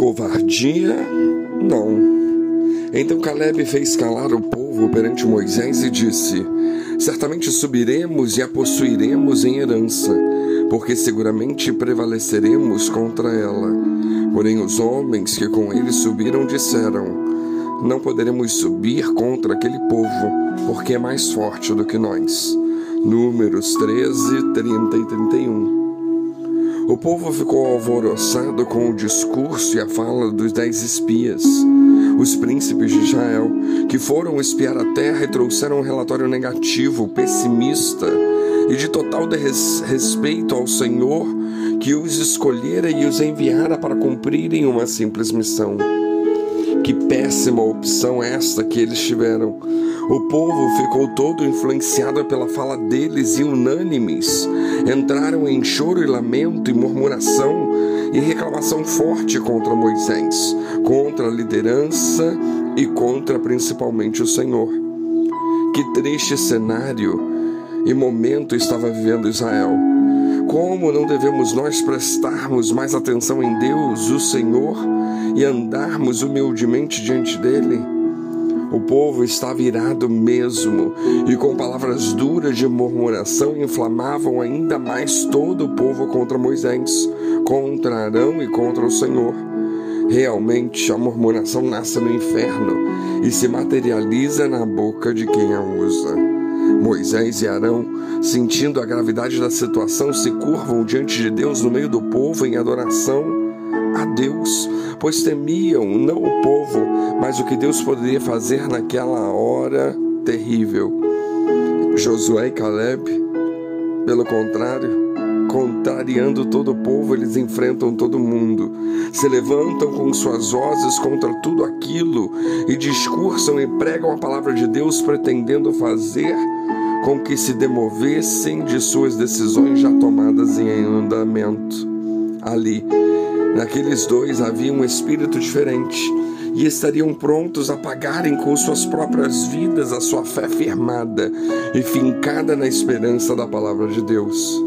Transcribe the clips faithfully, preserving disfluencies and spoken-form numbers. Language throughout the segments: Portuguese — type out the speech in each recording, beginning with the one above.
Covardia? Não. Então Caleb fez calar o povo perante Moisés e disse: certamente subiremos e a possuiremos em herança, porque seguramente prevaleceremos contra ela. Porém os homens que com ele subiram disseram: não poderemos subir contra aquele povo, porque é mais forte do que nós. Números treze, trinta e trinta e um. O povo ficou alvoroçado com o discurso e a fala dos dez espias, os príncipes de Israel, que foram espiar a terra e trouxeram um relatório negativo, pessimista e de total desrespeito ao Senhor, que os escolhera e os enviara para cumprirem uma simples missão. Que péssima opção esta que eles tiveram! O povo ficou todo influenciado pela fala deles e unânimes entraram em choro e lamento e murmuração e reclamação forte contra Moisés, contra a liderança e contra principalmente o Senhor. Que triste cenário e momento estava vivendo Israel! Como não devemos nós prestarmos mais atenção em Deus, o Senhor, e andarmos humildemente diante dele? O povo estava irado mesmo, e com palavras duras de murmuração inflamavam ainda mais todo o povo contra Moisés, contra Arão e contra o Senhor. Realmente a murmuração nasce no inferno e se materializa na boca de quem a usa. Moisés e Arão, sentindo a gravidade da situação, se curvam diante de Deus no meio do povo em adoração a Deus, pois temiam não o povo, mas o que Deus poderia fazer naquela hora terrível. Josué e Caleb, pelo contrário, contrariando todo o povo, eles enfrentam todo mundo, se levantam com suas vozes contra tudo aquilo e discursam e pregam a palavra de Deus, pretendendo fazer com que se demovessem de suas decisões já tomadas em andamento. Ali, naqueles dois havia um espírito diferente e estariam prontos a pagarem com suas próprias vidas a sua fé firmada e fincada na esperança da palavra de Deus.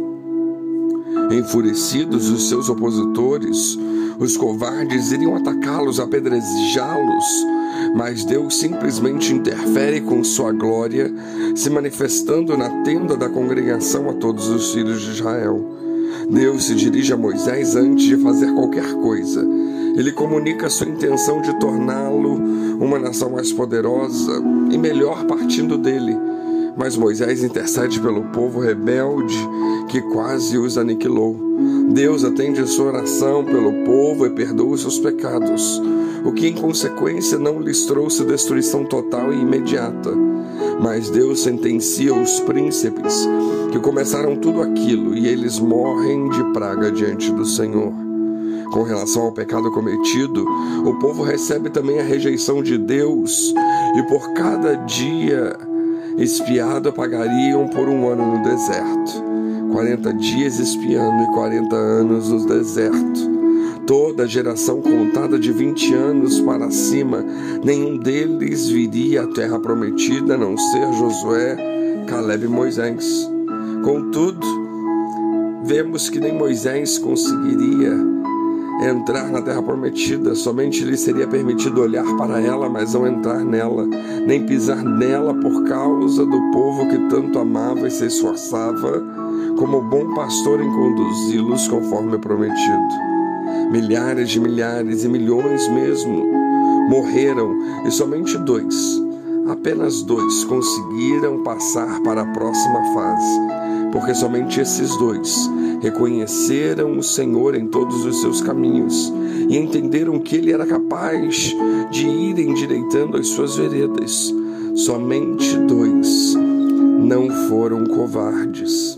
Enfurecidos, os seus opositores, os covardes, iriam atacá-los, apedrejá-los, mas Deus simplesmente interfere com sua glória, se manifestando na tenda da congregação a todos os filhos de Israel. Deus se dirige a Moisés antes de fazer qualquer coisa. Ele comunica sua intenção de torná-lo uma nação mais poderosa e melhor partindo dele. Mas Moisés intercede pelo povo rebelde que quase os aniquilou. Deus atende sua oração pelo povo e perdoa os seus pecados, o que em consequência não lhes trouxe destruição total e imediata. Mas Deus sentencia os príncipes que começaram tudo aquilo e eles morrem de praga diante do Senhor. Com relação ao pecado cometido, o povo recebe também a rejeição de Deus e por cada dia espiado pagariam por um ano no deserto. quarenta dias espiando e quarenta anos no deserto. Toda a geração contada de vinte anos para cima, nenhum deles viria à terra prometida, a não ser Josué, Caleb e Moisés. Contudo, vemos que nem Moisés conseguiria entrar na terra prometida, somente lhe seria permitido olhar para ela, mas não entrar nela, nem pisar nela por causa do povo que tanto amava e se esforçava como bom pastor em conduzi-los conforme prometido. Milhares de milhares e milhões mesmo morreram e somente dois, apenas dois conseguiram passar para a próxima fase, porque somente esses dois reconheceram o Senhor em todos os seus caminhos e entenderam que Ele era capaz de ir endireitando as suas veredas. Somente dois não foram covardes.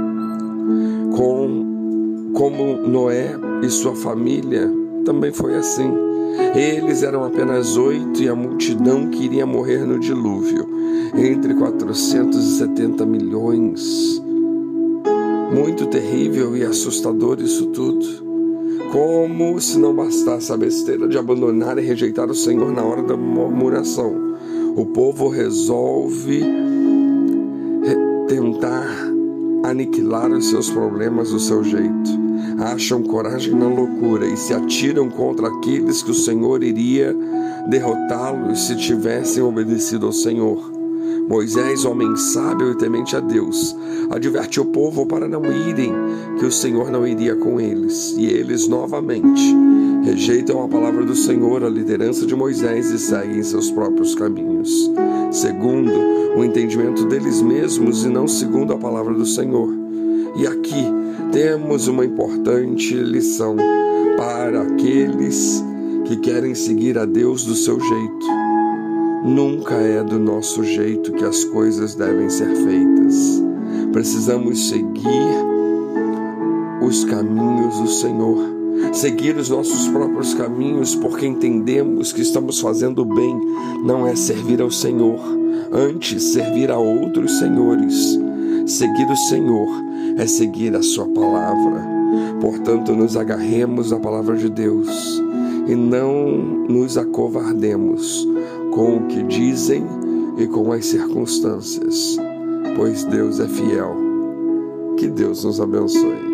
Com, como Noé e sua família, também foi assim. Eles eram apenas oito e a multidão que iria morrer no dilúvio, entre quatrocentos e setenta milhões. Muito terrível e assustador isso tudo. Como se não bastasse a besteira de abandonar e rejeitar o Senhor na hora da murmuração, o povo resolve tentar aniquilar os seus problemas do seu jeito. acham coragem na loucura e se atiram contra aqueles que o Senhor iria derrotá-los se tivessem obedecido ao Senhor. Moisés, homem sábio e temente a Deus, advertiu o povo para não irem, que o Senhor não iria com eles. E eles, novamente, rejeitam a palavra do Senhor, a liderança de Moisés, e seguem seus próprios caminhos, segundo o entendimento deles mesmos e não segundo a palavra do Senhor. E aqui temos uma importante lição para aqueles que querem seguir a Deus do seu jeito. Nunca é do nosso jeito que as coisas devem ser feitas. Precisamos seguir os caminhos do Senhor, seguir os nossos próprios caminhos, porque entendemos que estamos fazendo bem. Não é servir ao Senhor, antes servir a outros senhores. Seguir o Senhor é seguir a sua palavra. Portanto, nos agarremos à palavra de Deus e não nos acovardemos com o que dizem e com as circunstâncias, pois Deus é fiel. Que Deus nos abençoe.